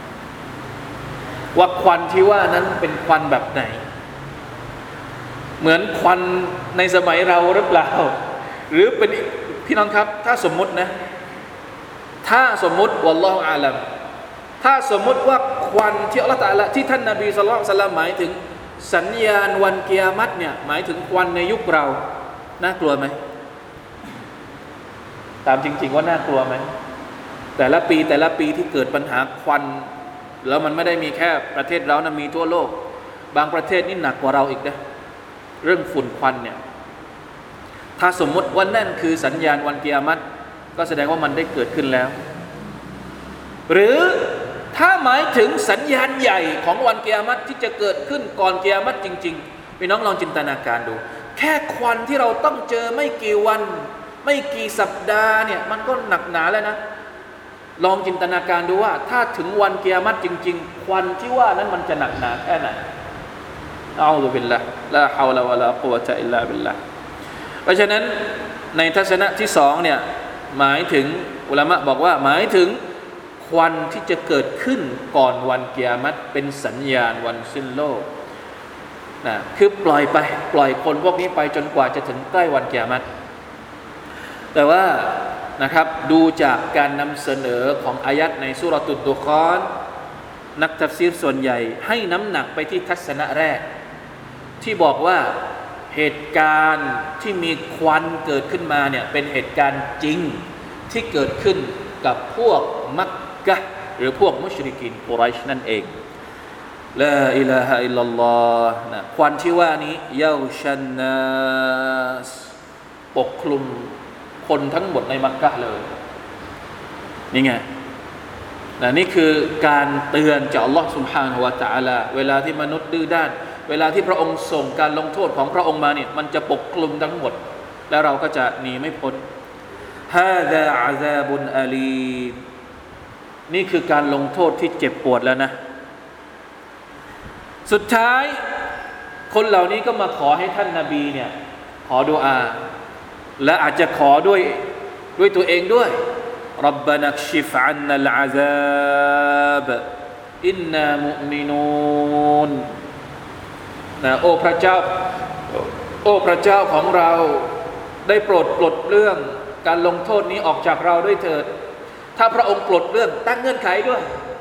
[SPEAKER 1] ว่าควันที่ว่านั้นเป็นควันแบบไหนเหมือนควันในสมัยเราหรือเปล่าหรือเป็นพี่น้องครับถ้าสมมุตินะถ้าสมมุติวัลลอฮุอาลัมถ้าสมมุติว่าควันที่อัลเลาะห์ตะอาลาที่ท่านนบีศ็อลลัลลอฮุอะลัยฮิวะซัลลัมหมายถึงสัญญาณวันกิยามะห์เนี่ยหมายถึงควันในยุคเราน่ากลัวไหมตามจริงๆว่าน่ากลัวไหมแต่ละปีที่เกิดปัญหาควันแล้วมันไม่ได้มีแค่ประเทศเรานะมีทั่วโลกบางประเทศนี่หนักกว่าเราอีกนะเรื่องฝุ่นควันเนี่ยถ้าสมมติว่านั่นคือสัญญาณวันกิยามะห์ก็แสดงว่ามันได้เกิดขึ้นแล้วหรือถ้าหมายถึงสัญญาณใหญ่ของวันกิยามะห์ที่จะเกิดขึ้นก่อนกิยามะห์จริงๆพี่น้องลองจินตนาการดูแค่ควันที่เราต้องเจอไม่กี่วันไม่กี่สัปดาห์เนี่ยมันก็หนักหนาแล้วนะลองจินตนาการดูว่าถ้าถึงวันกิยามะห์จริงๆควันที่ว่านั้นมันจะหนักหนาแค่ไหนเอาซุบิลลาฮ์ลาฮาวละวะลากุวะตะอิลลาบิลลาฮ์เพราะฉะนั้นในทัศนะที่สองเนี่ยหมายถึงอุลามะบอกว่าหมายถึงควันที่จะเกิดขึ้นก่อนวันกิยามะห์เป็นสัญญาณวันสิ้นโลกนะคือปล่อยไปปล่อยคนพวกนี้ไปจนกว่าจะถึงใกล้วันกิยามะฮ์แต่ว่านะครับดูจากการนำเสนอของอายัดในซูเราะตุดดุคอนนักตัฟซีรส่วนใหญ่ให้น้ำหนักไปที่ทัศนะแรกที่บอกว่าเหตุการณ์ที่มีควันเกิดขึ้นมาเนี่ยเป็นเหตุการณ์จริงที่เกิดขึ้นกับพวกมักกะฮ์หรือพวกมุชริกีนกุไรชนั่นเองลาอิลาฮะอิลลัลลอฮ์นะควันที่ว่านี้ยาชันนัสปกคลุมคนทั้งหมดในมักกะฮ์เลยนี่ไงนะนี่คือการเตือนจากอัลลอฮ์ سبحانه และ تعالى เวลาที่มนุษย์ดื้อด้านเวลาที่พระองค์ส่งการลงโทษของพระองค์มาเนี่ยมันจะปกคลุมทั้งหมดแล้วเราก็จะหนีไม่พ้นฮาซาอะซาบุนอาลีมนี่คือการลงโทษที่เจ็บปวดแล้วนะสุดท้ายคนเหล่านี้ก็มาขอให้ท่านนบีเนี่ยขอดุอาและอาจจะขอด้วยตัวเองด้วยรับบานักชิฟอันนัลอาซาบอินนามุอ์มินูนนะโอ้พระเจ้าของเราได้โปรดปลดเรื่องการลงโทษนี้ออกจากเราด้วยเถิดถ้าพระองค์ปลดเรื่องตั้งเงื่อนไขด้วย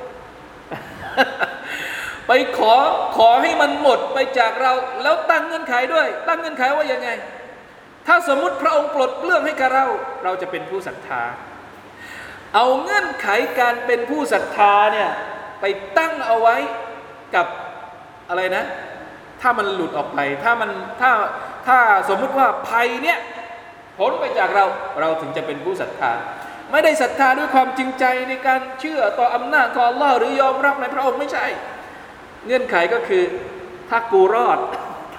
[SPEAKER 1] ไปขอให้มันหมดไปจากเราแล้วตั้งเงื่อนไขด้วยตั้งเงื่อนไขว่ายังไงถ้าสมมุติพระองค์ปลดเรื่องให้กับเราจะเป็นผู้ศรัทธาเอาเงื่อนไขการเป็นผู้ศรัทธาเนี่ยไปตั้งเอาไว้กับอะไรนะถ้ามันหลุดออกไปถ้าสมมุติว่าภัยเนี่ยพ้นไปจากเราถึงจะเป็นผู้ศรัทธาไม่ได้ศรัทธาด้วยความจริงใจในการเชื่อต่ออำนาจของอัลลอฮ์หรือยอมรับในพระองค์ไม่ใช่เงื่อนไขก็คือถ้ากูรอด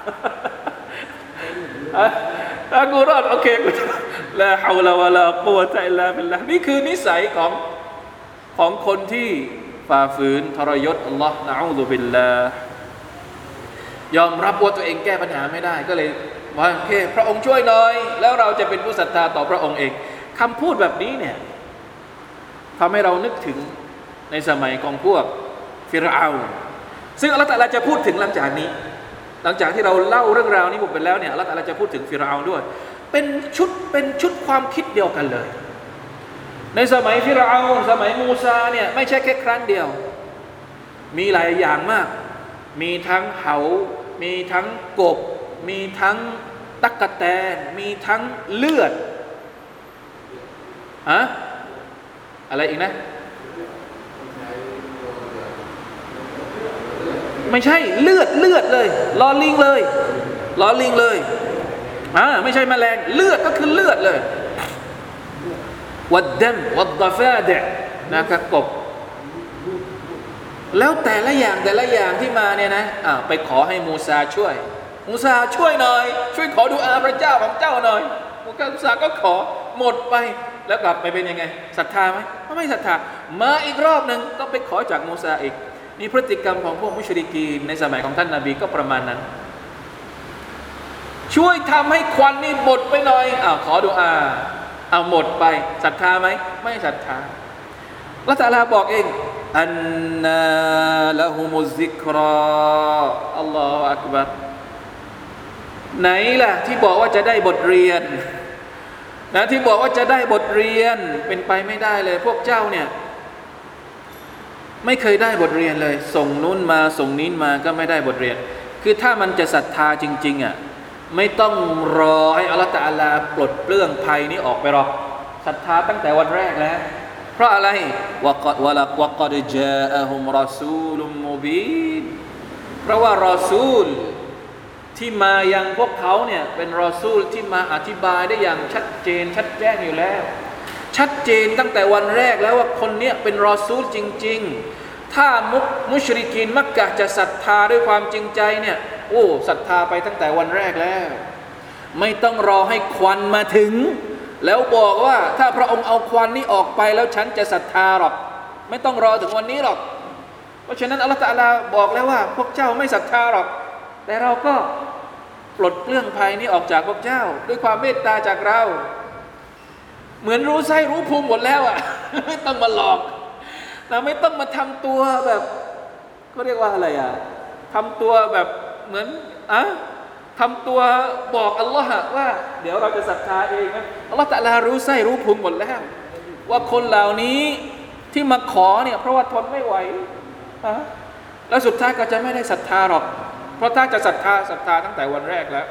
[SPEAKER 1] ถ้ากูรอดโอเคกูลาฮาวลาวะลากุวะตะอิลลาบิลลาฮ์นี่คือนิสัยของคนที่ฝ่าฝืนทรยศอัลลอฮ์นะอูซุบิลลาห์ยอมรับว่าตัวเองแก้ปัญหาไม่ได้ก็เลยว่าโอเคพระองค์ช่วยหน่อยแล้วเราจะเป็นผู้ศรัทธาต่อพระองค์เองคำพูดแบบนี้เนี่ยทำให้เรานึกถึงในสมัยของพวกฟิรเอาน์ซึ่งอัลเลาะห์ตะอาลาจะพูดถึงหลังจากที่เราเล่าเรื่องราวนี้หมดไปแล้วเนี่ยอัลเลาะห์ตะอาลาจะพูดถึงฟิรเอาน์ด้วยเป็นชุดความคิดเดียวกันเลยในสมัยฟิรเอาน์สมัยมูซาเนี่ยไม่ใช่แค่ครั้งเดียวมีหลายอย่างมากมีทั้งเหามีทั้งกบมีทั้งตั๊กแตนมีทั้งเลือดอะไรอีกนะไม่ใช่เลือดเลยลอลิงเลยไม่ใช่แมลงเลือดก็คือเลือดเลยวัดดัมวัดดะฟาดะนะครับกบแล้วแต่ละอย่างที่มาเนี่ยนะไปขอให้มูซาช่วยหน่อยช่วยขอดุอาพระเจ้าของเจ้าหน่อยมูซาก็ขอหมดไปแล้วกลับไปเป็นยังไงศรัทธาไหมไม่ศรัทธามาอีกรอบนึงก็ไปขอจากมูซาอีกนี่พฤติกรรมของพวกมุชริกีนในสมัยของท่านนบีก็ประมาณนั้นช่วยทำให้ควันนี่หมดไปหน่อยขอดุอาหมดไปศรัทธาไหมไม่ศรัทธาอัลเลาะห์ตะอาลาบอกเองอันนาละฮุมุซซิกราอัลลอฮฺอักบัรไหนล่ะที่บอกว่าจะได้บทเรียนนะที่บอกว่าจะได้บทเรียนเป็นไปไม่ได้เลยพวกเจ้าเนี่ยไม่เคยได้บทเรียนเลยส่งนู้นมาส่งนี้มาก็ไม่ได้บทเรียนคือถ้ามันจะศรัทธาจริงๆไม่ต้องรอให้อัลเลาะห์ตะอาลาปลดเปลื้องภัยนี้ออกไปหรอกศรัทธาตั้งแต่วันแรกแล้วเพราะอะไรวะกอดจาอะฮุมรอซูลุมมุบีนเพราะว่ารอซูลที่มายังพวกเขาเนี่ยเป็นรอซูลที่มาอธิบายได้อย่างชัดเจนชัดแจ้งอยู่แล้วชัดเจนตั้งแต่วันแรกแล้วว่าคนเนี้ยเป็นรอซูลจริงๆถ้ามุชริกีนมักกะฮ์จะศรัทธาด้วยความจริงใจเนี่ยศรัทธาไปตั้งแต่วันแรกแล้วไม่ต้องรอให้ควันมาถึงแล้วบอกว่าถ้าพระองค์เอาควันนี้ออกไปแล้วฉันจะศรัทธาหรอกไม่ต้องรอถึงวันนี้หรอกเพราะฉะนั้นอัลเลาะห์ตะอาลาบอกแล้วว่าพวกเจ้าไม่ศรัทธาหรอกแต่เราก็ปลดเปลื้องภัยนี้ออกจากพวกเจ้าด้วยความเมตตาจากเราเหมือนรู้ไส้รู้ภูมิหมดแล้วไม่ต้องมาหลอกเราไม่ต้องมาทำตัวแบบเขาเรียกว่าอะไรทำตัวแบบเหมือนอะทำตัวบอกอัลลอฮ์ว่าเดี๋ยวเราจะศรัทธาเองนะอัลลอฮ์ตะอาลารู้ไส้รู้พุงหมดแล้วว่าคนเหล่านี้ที่มาขอเนี่ยเพราะว่าทนไม่ไหวแล้วสุดท้ายก็จะไม่ได้ศรัทธาหรอกเพราะถ้าจะศรัทธาตั้งแต่วันแรกแล้ว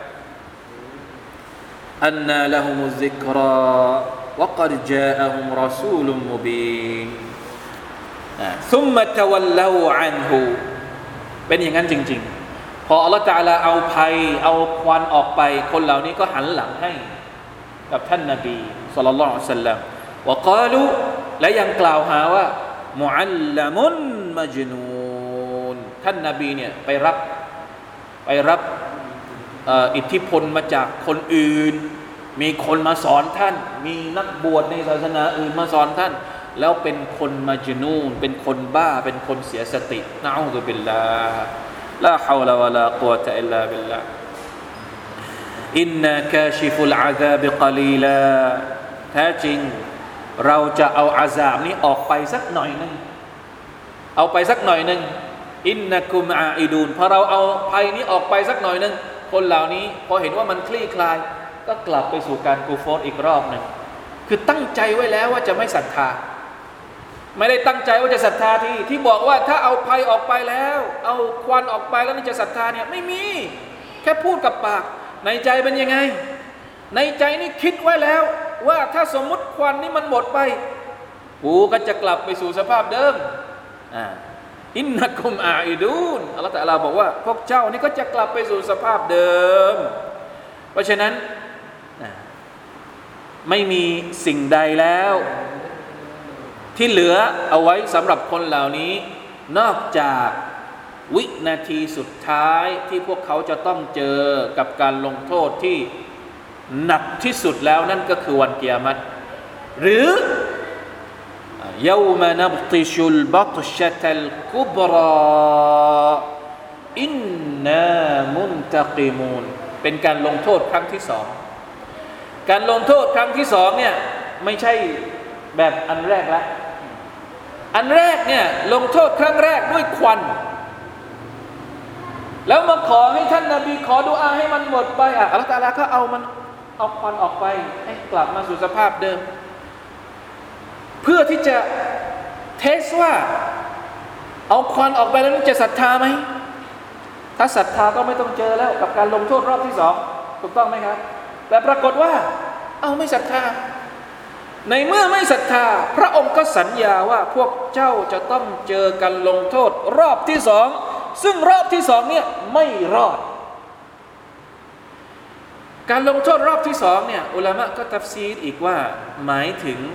[SPEAKER 1] อันนาละฮุมุซิกรา وقد جاءهم رسول مبين ثم تولوا عنه เป็นอย่างนั้นจริงๆพออัลลอฮฺตะอาลาเอาภัยเอาควันออกไปคนเหล่านี้ก็หันหลังให้กับท่านนบีศ็อลลัลลอฮุอะลัยฮิวะซัลลัมวะกาลูและยังกล่าวหาว่ามุอัลลัมุนมัจนูนท่านนบีเนี่ยไปรับอิทธิพลมาจากคนอื่นมีคนมาสอนท่านมีนักบวชในศาสนาอื่นมาสอนท่านแล้วเป็นคนมัจนูนเป็นคนบ้าเป็นคนเสียสตินะอูซุบิลลาฮ์ลาฮาวละวะลากุวะตะอิลลาบิลลาฮ์อินนากาชิฟุลอาซาบิกะลีลาแท้จริงเราจะเอาอาซาบนี้ออกไปสักหน่อยนึงเอาไปสักหน่อยนึงอินนะกุมอาอิดูนพอเราเอาภัยนี้ออกไปสักหน่อยนึงคนเหล่านี้พอเห็นว่ามันคลี่คลายก็กลับไปสู่การกูฟรอีกรอบนึงคือตั้งใจไว้แล้วว่าจะไม่ศรัทธาไม่ได้ตั้งใจว่าจะศรัทธาที่บอกว่าถ้าเอาภัยออกไปแล้วเอาควันออกไปแล้วนี่จะศรัทธาเนี่ยไม่มีแค่พูดกับปากในใจเป็นยังไงในใจนี่คิดไว้แล้วว่าถ้าสมมุติควันนี่มันหมดไปกูก็จะกลับไปสู่สภาพเดิมอินนักุมอาอิดูนอัลเลาะห์ตะอาลาบอกว่าพวกเจ้านี่ก็จะกลับไปสู่สภาพเดิมเพราะฉะนั้นไม่มีสิ่งใดแล้วที่เหลือเอาไว้สำหรับคนเหล่านี้นอกจากวินาทีสุดท้ายที่พวกเขาจะต้องเจอกับการลงโทษที่หนักที่สุดแล้วนั่นก็คือวันกิยามะฮ์หรือยอมนับติชุลบัตชะตัลกุบราอินนามุนตะกิมูนเป็นการลงโทษครั้งที่สองการลงโทษครั้งที่สองเนี่ยไม่ใช่แบบอันแรกละอันแรกเนี่ยลงโทษครั้งแรกด้วยควันแล้วมาขอให้ท่านนบีขอดุอาให้มันหมดไปอัลเลาะห์ตะอาลาก็เอาควันออกไปให้กลับมาสู่สภาพเดิมเพื่อที่จะเทสว่าเอาควันออกไปแล้วจะศรัทธาไหมถ้าศรัทธาก็ไม่ต้องเจอแล้วกับการลงโทษรอบที่สองถูกต้องไหมครับแต่ปรากฏว่าเอาไม่ศรัทธาในเมื่อไม่ศรัทธาพระองค์ก็สัญญาว่าพวกเจ้าจะต้องเจอการลงโทษรอบที่สองซึ่งรอบที่สองเนี่ยไม่รอดการลงโทษรอบที่สองเนี่ยอุลามะก็ตัฟซีรอีกว่าหมายถึง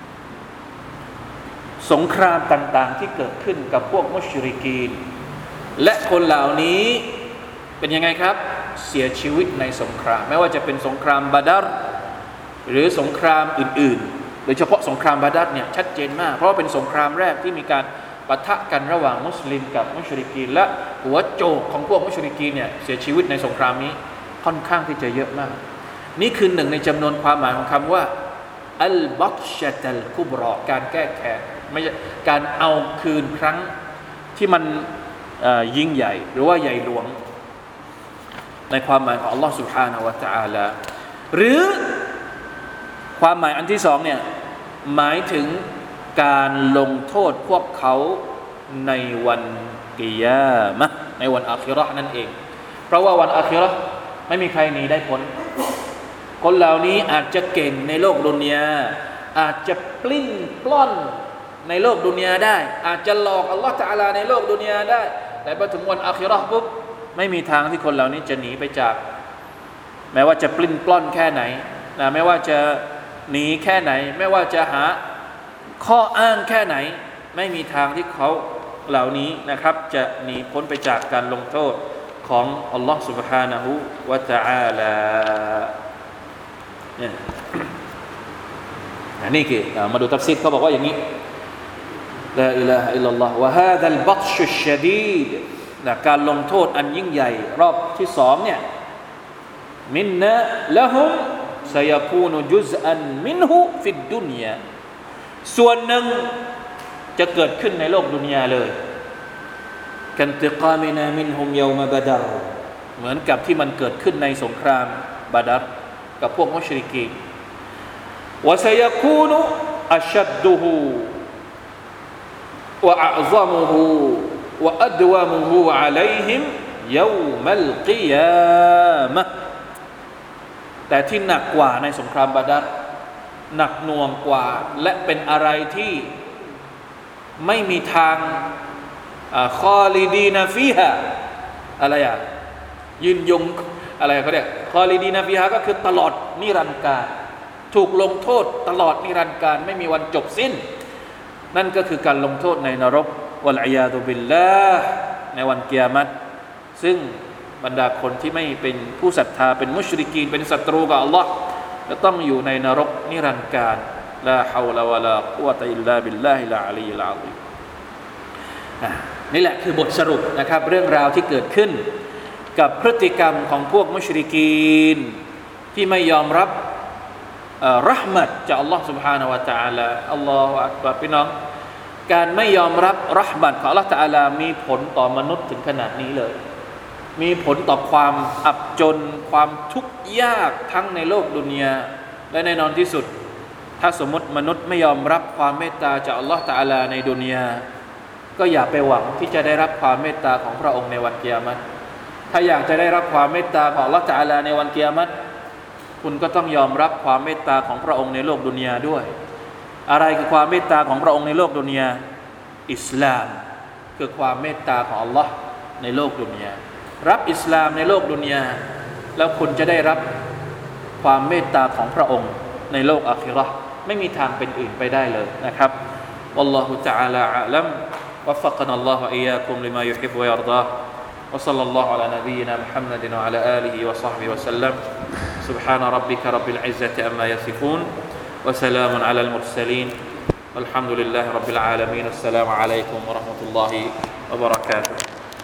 [SPEAKER 1] สงครามต่างๆที่เกิดขึ้นกับพวกมุชริกีนและคนเหล่านี้เป็นยังไงครับเสียชีวิตในสงครามไม่ว่าจะเป็นสงครามบาดัรหรือสงครามอื่นๆโดยเฉพาะสงครามบาดัรเนี่ยชัดเจนมากเพราะว่าเป็นสงครามแรกที่มีการปะทะกันระหว่างมุสลิมกับมุชริกีนและหัวโจกของพวกมุชริกีนเนี่ยเสียชีวิตในสงครามนี้ค่อนข้างที่จะเยอะมากนี่คือหนึ่งในจำนวนความหมายของคำว่าอัลบัตชะตัลกุบรอการแก้แค้นไม่ใช่การเอาคืนครั้งที่มันยิ่งใหญ่หรือว่าใหญ่หลวงในความหมายของอัลลอฮฺ سبحانه และ تعالى หรือความหมายอันที่สองเนี่ยหมายถึงการลงโทษพวกเขาในวันกิยามะห์ในวันอาคิเราะห์นั่นเองเพราะว่าวันอาคิเราะห์ไม่มีใครหนีได้พ้นคนเหล่านี้อาจจะเก่งในโลกดุนยาอาจจะปลิ้นปล้อนในโลกดุนยาได้อาจจะหลอกอัลลอฮฺ تعالى ในโลกดุนยาได้แต่พอถึงวันอาคิเราะห์ปุ๊บไม่มีทางที่คนเหล่านี้จะหนีไปจากแม้ว่าจะปลิ้นปล้อนแค่ไหนนะไม่ว่าจะหนีแค่ไหนไม่ว่าจะหาข้ออ้างแค่ไหนไม่มีทางที่เขาเหล่านี้นะครับจะหนีพ้นไปจากการลงโทษของอัลลอฮฺ سبحانه และ تعالى เนี่ยนี่คือมาดูตัฟซีรเขาบอกว่าอย่างนี้ลาอิลาฮะอิลลัลลอฮ์วะฮาซัลบัตชุชชะดีดการลงโทษอันยิ่งใหญ่รอบที่สองเนี่ยมินนะละฮุมซะยะกูนุจุซอันมินฮุฟิดดุนยาส่วนหนึ่งจะเกิดขึ้นในโลกดุนยาเลยกันติกามินามินฮุมยอมะบะดัรเหมือนกับที่มันเกิดขึ้นในสงครามบาดัรกับพวกมุชริกีนวะซัยกูนุอัชดดุฮูวะอัซะมุฮูวะอัดวะมุฮูอะลัยฮิมยอมัลกิยามะห์แต่ที่หนักกว่าในสงครามบาดัรหนักหน่วงกว่าและเป็นอะไรที่ไม่มีทางคอลิดีนาฟีฮาอะไรยืนยงอะไรเขาเรียกคอลิดีนาฟีฮาก็คือตลอดนิรันดร์การถูกลงโทษตลอดนิรันดร์การไม่มีวันจบสิ้นนั่นก็คือการลงโทษในนรกวัลอียาซุบิลลาห์ในวันกิยามะฮ์ซึ่งบรรดาคนที่ไม่เป็นผู้ศรัทธาเป็นมุชริกีนเป็นศัตรูกับอัลลอฮ์จะต้องอยู่ในนรกนิรันดร์การลาฮาวลาวะลากุวะตะอิลลาบิลลาฮิลอะลีลอาซีมนี่แหละคือบทสรุปนะครับเรื่องราวที่เกิดขึ้นกับพฤติกรรมของพวกมุชริกีนที่ไม่ยอมรับเราะห์มัตจากอัลลอฮ์ سبحانه และ تعالى อัลลอฮฺอักบัรพี่น้องการไม่ยอมรับเราะห์มัตของอัลลอฮ์ تعالى มีผลต่อมนุษย์ถึงขนาดนี้เลยมีผลต่อความอับจนความทุกข์ยากทั้งในโลกดุนยาและแน่นอนที่สุดถ้าสมมติมนุษย์ไม่ยอมรับความเมตตาจากอัลลอฮ์ تعالى ในดุนยาก็อย่าไปหวังที่จะได้รับความเมตตาของพระองค์ในวันกิยามะฮ์ถ้าอยากจะได้รับความเมตตาของอัลลอฮ์ تعالى ในวันกิยามะฮ์คุณก็ต้องยอมรับความเมตตาของพระองค์ในโลกดุนยาด้วยอะไรคือความเมตตาของพระองค์ในโลกดุนยาอิสลามคือความเมตตาของอัลลอฮ์ในโลกดุนยารับอิสลามในโลกดุนยาแล้วคุณจะได้รับความเมตตาของพระองค์ในโลกอาคิเราะห์ไม่มีทางเป็นอื่นไปได้เลยนะครับวัลลอฮุตะอาลาอะลัมوفقنا الله وإياكم لما يحب ويرضاه وصلى الله على نبينا محمد وعلى آله وصحبه وسلم سبحان ربك رب العزة أما يصفون وسلام على المرسلين والحمد لله رب العالمين السلام عليكم ورحمة الله وبركاته